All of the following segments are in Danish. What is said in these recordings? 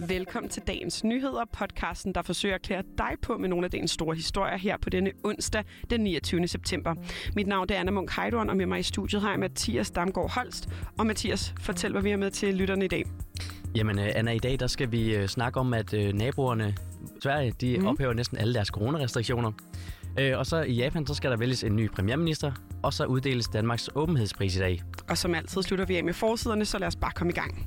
Velkommen til dagens nyheder, podcasten, der forsøger at klæde dig på med nogle af dagens store historier her på denne onsdag, den 29. september. Mit navn er Anna Munk Heidorn, og med mig i studiet har jeg Mathias Damgaard Holst. Og Mathias, fortæl, hvad vi har med til lytterne i dag. Jamen Anna, i dag der skal vi snakke om, at naboerne Sverige, de ophæver næsten alle deres coronarestriktioner. Og så i Japan, så skal der vælges en ny premierminister, og så uddeles Danmarks åbenhedspris i dag. Og som altid slutter vi af med forsiderne, så lad os bare komme i gang.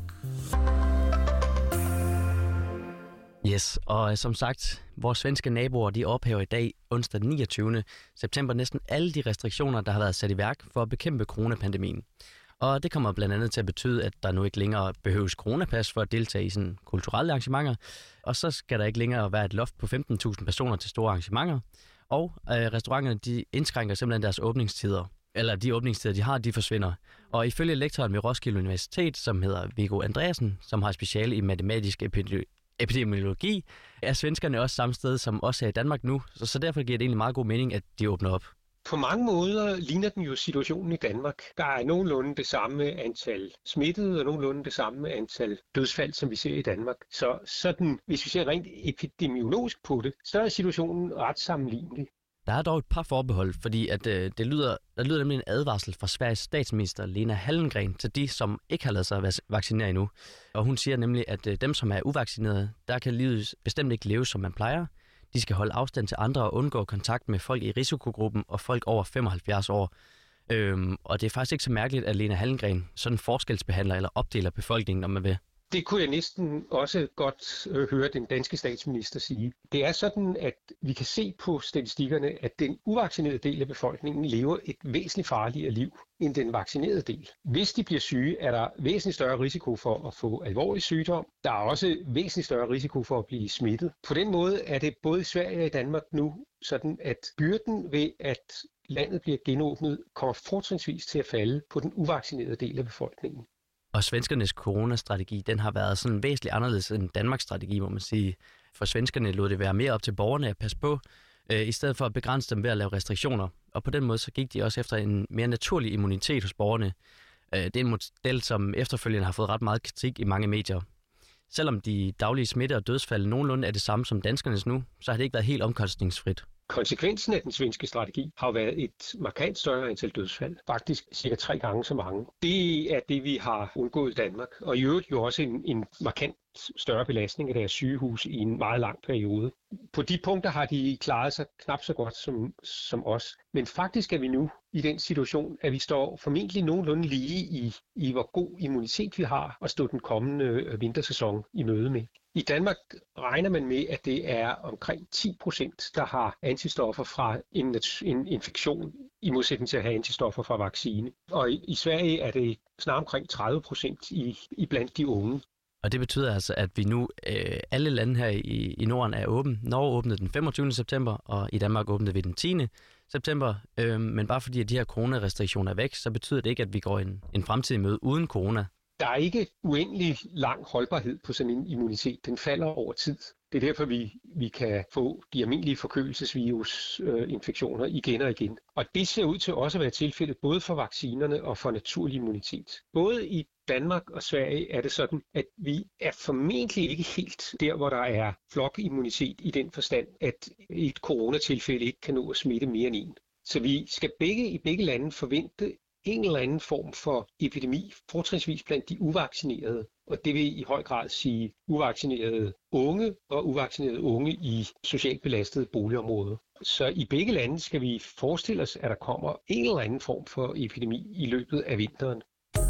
Yes, og som sagt, vores svenske naboer, de ophæver i dag, onsdag den 29. september, næsten alle de restriktioner, der har været sat i værk for at bekæmpe coronapandemien. Og det kommer blandt andet til at betyde, at der nu ikke længere behøves coronapas for at deltage i sådan kulturelle arrangementer. Og så skal der ikke længere være et loft på 15.000 personer til store arrangementer. Og restauranterne, de indskrænker simpelthen deres åbningstider. Eller de åbningstider, de har, de forsvinder. Og ifølge lektoren ved Roskilde Universitet, som hedder Viggo Andreasen, som har speciale i matematisk epidemiologi, er svenskerne også samme sted som også er i Danmark nu. Så derfor giver det egentlig meget god mening, at de åbner op. På mange måder ligner den jo situationen i Danmark. Der er nogenlunde det samme antal smittede og nogenlunde det samme antal dødsfald, som vi ser i Danmark. Så sådan, hvis vi ser rent epidemiologisk på det, så er situationen ret sammenlignelig. Der er dog et par forbehold, fordi at der lyder nemlig en advarsel fra Sveriges statsminister Lena Hallengren til de, som ikke har ladet sig vaccinere endnu. Og hun siger nemlig, at dem, som er uvaccinerede, der kan livet bestemt ikke leve, som man plejer. De skal holde afstand til andre og undgå kontakt med folk i risikogruppen og folk over 75 år. Og det er faktisk ikke så mærkeligt, at Lena Hallengren sådan forskelsbehandler eller opdeler befolkningen, om man vil. Det kunne jeg næsten også godt høre den danske statsminister sige. Det er sådan, at vi kan se på statistikkerne, at den uvaccinerede del af befolkningen lever et væsentligt farligere liv end den vaccinerede del. Hvis de bliver syge, er der væsentligt større risiko for at få alvorlig sygdom. Der er også væsentligt større risiko for at blive smittet. På den måde er det både i Sverige og i Danmark nu sådan, at byrden ved, at landet bliver genåbnet, kommer fortrinsvis til at falde på den uvaccinerede del af befolkningen. Og svenskernes coronastrategi, den har været sådan væsentligt anderledes end Danmarks strategi, må man sige. For svenskerne lod det være mere op til borgerne at passe på, i stedet for at begrænse dem ved at lave restriktioner. Og på den måde så gik de også efter en mere naturlig immunitet hos borgerne. Det er en model, som efterfølgende har fået ret meget kritik i mange medier. Selvom de daglige smitte og dødsfald nogenlunde er det samme som danskernes nu, så har det ikke været helt omkostningsfrit. Konsekvensen af den svenske strategi har været et markant større antal dødsfald. Faktisk cirka 3 gange så mange. Det er det, vi har undgået i Danmark. Og i øvrigt jo også en markant større belastning af deres sygehus i en meget lang periode. På de punkter har de klaret sig knap så godt som os. Men faktisk er vi nu i den situation, at vi står formentlig nogenlunde lige i hvor god immunitet vi har at stå den kommende vintersæson i møde med. I Danmark regner man med, at det er omkring 10%, der har antistoffer fra en infektion, i modsætning til at have antistoffer fra vaccine. Og i Sverige er det snart omkring 30% i blandt de unge. Og det betyder altså, at vi nu, alle lande her i Norden er åbne. Norge åbnede den 25. september, og i Danmark åbnede vi den 10. september. Men bare fordi at de her coronarestriktioner er væk, så betyder det ikke, at vi går en fremtidig møde uden corona. Der er ikke uendelig lang holdbarhed på sådan en immunitet. Den falder over tid. Det er derfor, vi kan få de almindelige forkølelsesvirusinfektioner igen og igen. Og det ser ud til også at være tilfældet både for vaccinerne og for naturlig immunitet. Både i Danmark og Sverige er det sådan, at vi er formentlig ikke helt der, hvor der er flokimmunitet i den forstand, at et coronatilfælde ikke kan nå at smitte mere end en. Så vi skal i begge lande forvente en eller anden form for epidemi, fortrinsvis blandt de uvaccinerede. Og det vil i høj grad sige uvaccinerede unge og uvaccinerede unge i socialt belastede boligområder. Så i begge lande skal vi forestille os, at der kommer en eller anden form for epidemi i løbet af vinteren.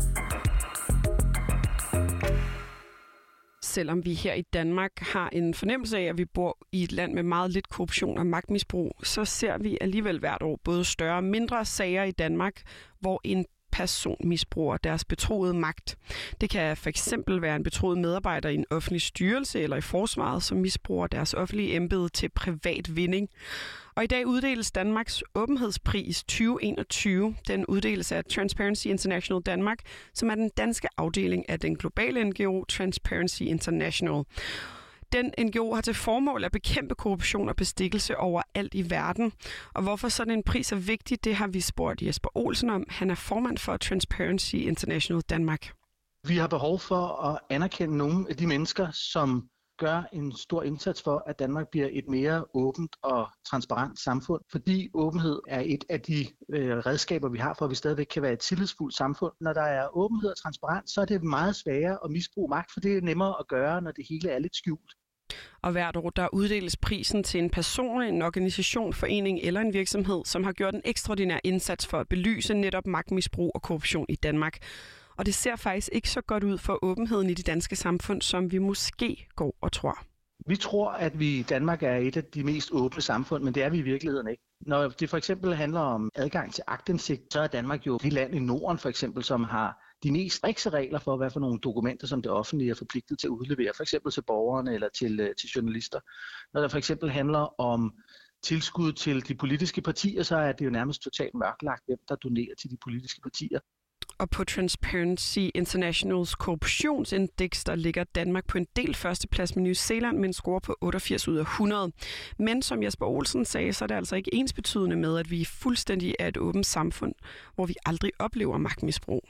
Selvom vi her i Danmark har en fornemmelse af, at vi bor i et land med meget lidt korruption og magtmisbrug, så ser vi alligevel hvert år både større og mindre sager i Danmark, hvor en person misbruger deres betroede magt. Det kan for eksempel være en betroet medarbejder i en offentlig styrelse eller i forsvaret, som misbruger deres offentlige embede til privat vinding. Og i dag uddeles Danmarks åbenhedspris 2021. Den uddeles af Transparency International Danmark, som er den danske afdeling af den globale NGO Transparency International. Den NGO har til formål at bekæmpe korruption og bestikkelse overalt i verden. Og hvorfor sådan en pris er vigtig, det har vi spurgt Jesper Olsen om. Han er formand for Transparency International Danmark. Vi har behov for at anerkende nogle af de mennesker, som gør en stor indsats for, at Danmark bliver et mere åbent og transparent samfund, fordi åbenhed er et af de redskaber, vi har for, at vi stadigvæk kan være et tillidsfuldt samfund. Når der er åbenhed og transparens, så er det meget sværere at misbruge magt, for det er nemmere at gøre, når det hele er lidt skjult. Og hvert år der uddeles prisen til en person, en organisation, forening eller en virksomhed, som har gjort en ekstraordinær indsats for at belyse netop magtmisbrug og korruption i Danmark. Og det ser faktisk ikke så godt ud for åbenheden i det danske samfund, som vi måske går og tror. Vi tror, at vi i Danmark er et af de mest åbne samfund, men det er vi i virkeligheden ikke. Når det for eksempel handler om adgang til aktindsigt, så er Danmark jo det land i Norden for eksempel, som har de mest strikse regler for, hvad for nogle dokumenter, som det offentlige er forpligtet til at udlevere, for eksempel til borgerne eller til journalister. Når der for eksempel handler om tilskud til de politiske partier, så er det jo nærmest totalt mørklagt, hvem der donerer til de politiske partier. Og på Transparency Internationals korruptionsindeks, der ligger Danmark på en del førsteplads med New Zealand med en score på 88 ud af 100. Men som Jesper Olsen sagde, så er det altså ikke ensbetydende med, at vi fuldstændig er et åbent samfund, hvor vi aldrig oplever magtmisbrug.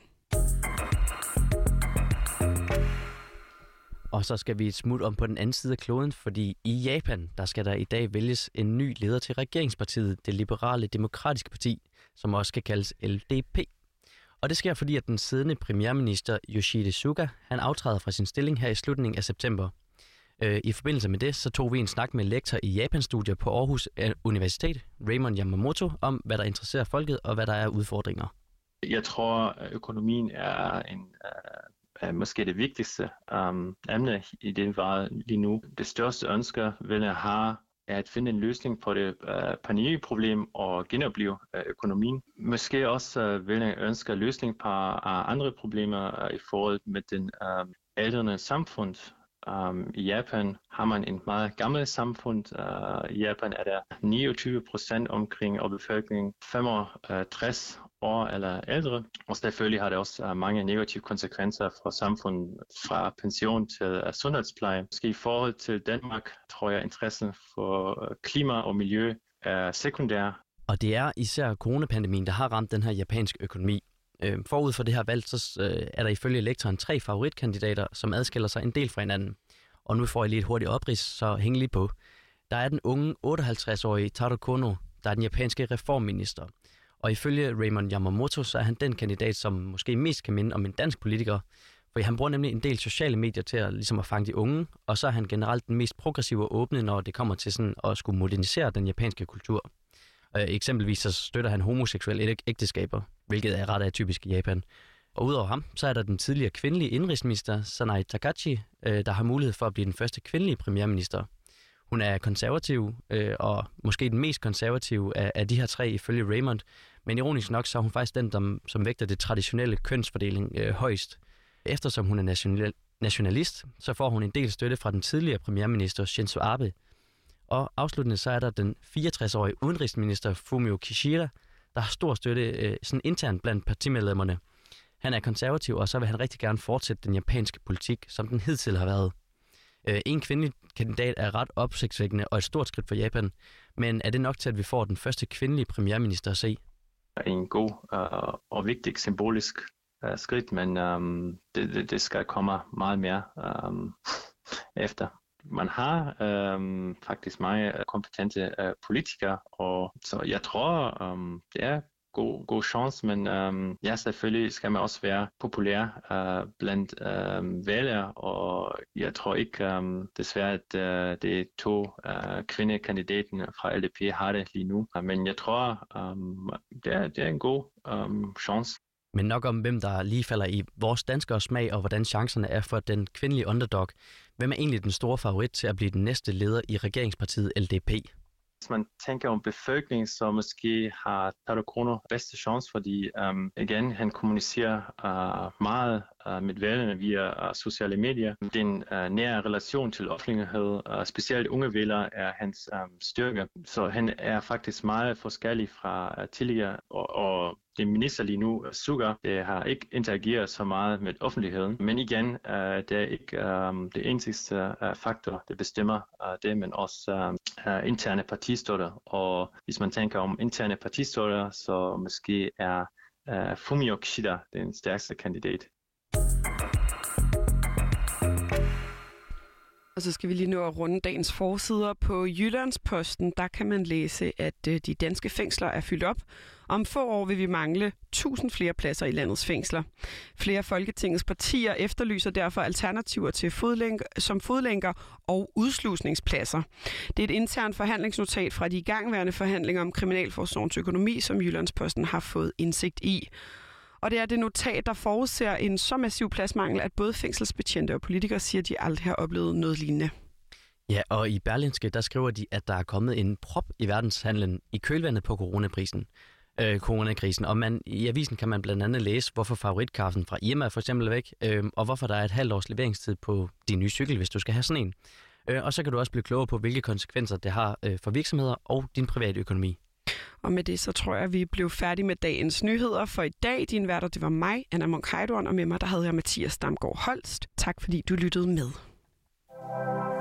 Og så skal vi et smut om på den anden side af kloden, fordi i Japan, der skal der i dag vælges en ny leder til regeringspartiet, det liberale demokratiske parti, som også skal kaldes LDP. Og det sker, fordi at den siddende premierminister Yoshihide Suga, han aftræder fra sin stilling her i slutningen af september. I forbindelse med det, så tog vi en snak med lektor i Japan-studier på Aarhus Universitet, Raymond Yamamoto, om hvad der interesserer folket og hvad der er udfordringer. Jeg tror, økonomien er måske det vigtigste emne i den var lige nu. Det største ønske vil jeg have er at finde en løsning på det pandemiproblem og genopleve økonomien. Måske også vil jeg ønske en løsning på andre problemer i forhold med den ældrende samfund. I Japan har man et meget gammelt samfund. I Japan er der 29% omkring af befolkningen 65 år eller ældre. Og selvfølgelig har det også mange negative konsekvenser for samfundet, fra pension til sundhedspleje. Måske i forhold til Danmark tror jeg, interessen for klima og miljø er sekundær. Og det er især coronapandemien, der har ramt den her japanske økonomi. Forud for det her valg, så er der ifølge lektoren 3 favoritkandidater, som adskiller sig en del fra hinanden. Og nu får jeg lige et hurtigt oprids, så hæng lige på. Der er den unge 58-årige Taro Kono, der er den japanske reformminister. Og ifølge Raymond Yamamoto, så er han den kandidat, som måske mest kan minde om en dansk politiker. For han bruger nemlig en del sociale medier til at fange de unge, og så er han generelt den mest progressive og åbne, når det kommer til sådan at skulle modernisere den japanske kultur. Eksempelvis så støtter han homoseksuelle ægteskaber, hvilket er ret atypisk i Japan. Og udover ham, så er der den tidligere kvindelige indrigsminister, Sanai Takachi, der har mulighed for at blive den første kvindelige premierminister. Hun er konservativ, og måske den mest konservative af de her 3 ifølge Raymond. Men ironisk nok, så er hun faktisk den, som vægter det traditionelle kønsfordeling højst. Eftersom hun er nationalist, så får hun en del støtte fra den tidligere premierminister Shinzo Abe. Og afsluttende så er der den 64-årige udenrigsminister Fumio Kishida, der har stor støtte sådan internt blandt partimedlemmerne. Han er konservativ, og så vil han rigtig gerne fortsætte den japanske politik, som den hidtil har været. En kvindelig kandidat er ret opsigtsvækkende og et stort skridt for Japan, men er det nok til, at vi får den første kvindelige premierminister at se? En god og vigtig symbolisk skridt, men det skal komme meget mere efter. Man har faktisk meget kompetente politikere, og så jeg tror, det er god chance, men ja, selvfølgelig skal man også være populær blandt vælgere, og jeg tror ikke desværre, at det er 2 kvindekandidater fra LDP har det lige nu, men jeg tror, det er en god chance. Men nok om, hvem der lige falder i vores danskere smag, og hvordan chancerne er for den kvindelige underdog. Hvem er egentlig den store favorit til at blive den næste leder i regeringspartiet LDP? Hvis man tænker om befolkningen, så måske har Taro Kono bedste chance, fordi igen, han kommunicerer meget med vælgerne via sociale medier. Den nære relation til offentlighed, specielt unge vælgere, er hans styrke. Så han er faktisk meget forskellig fra tidligere, og det minister lige nu, Suga, har ikke interageret så meget med offentligheden. Men igen, det er ikke det eneste faktor, det bestemmer det, men også interne partistøtter. Og hvis man tænker om interne partistøtter, så måske er Fumio Kishida den stærkeste kandidat. Og så skal vi lige nå at runde dagens forsider. På Jyllandsposten, der kan man læse, at de danske fængsler er fyldt op. Om få år vil vi mangle 1000 flere pladser i landets fængsler. Flere af Folketingets partier efterlyser derfor alternativer til fodlænker og udslusningspladser. Det er et internt forhandlingsnotat fra de igangværende forhandlinger om kriminalforsorgens økonomi, som Jyllandsposten har fået indsigt i. Og det er det notat, der forudser en så massiv pladsmangel, at både fængselsbetjente og politikere siger, at de aldrig har oplevet noget lignende. Ja, og i Berlingske, der skriver de, at der er kommet en prop i verdenshandlen i kølvandet på coronakrisen. Og i avisen kan man blandt andet læse, hvorfor favoritkaffen fra Irma for eksempel er væk, og hvorfor der er et halvt års leveringstid på din nye cykel, hvis du skal have sådan en. Og så kan du også blive klogere på, hvilke konsekvenser det har for virksomheder og din private økonomi. Og med det, så tror jeg, at vi blev færdige med dagens nyheder for i dag. Din værter, det var mig, Anna Munk Heidorn, og med mig, der havde jeg Mathias Damgaard Holst. Tak fordi du lyttede med.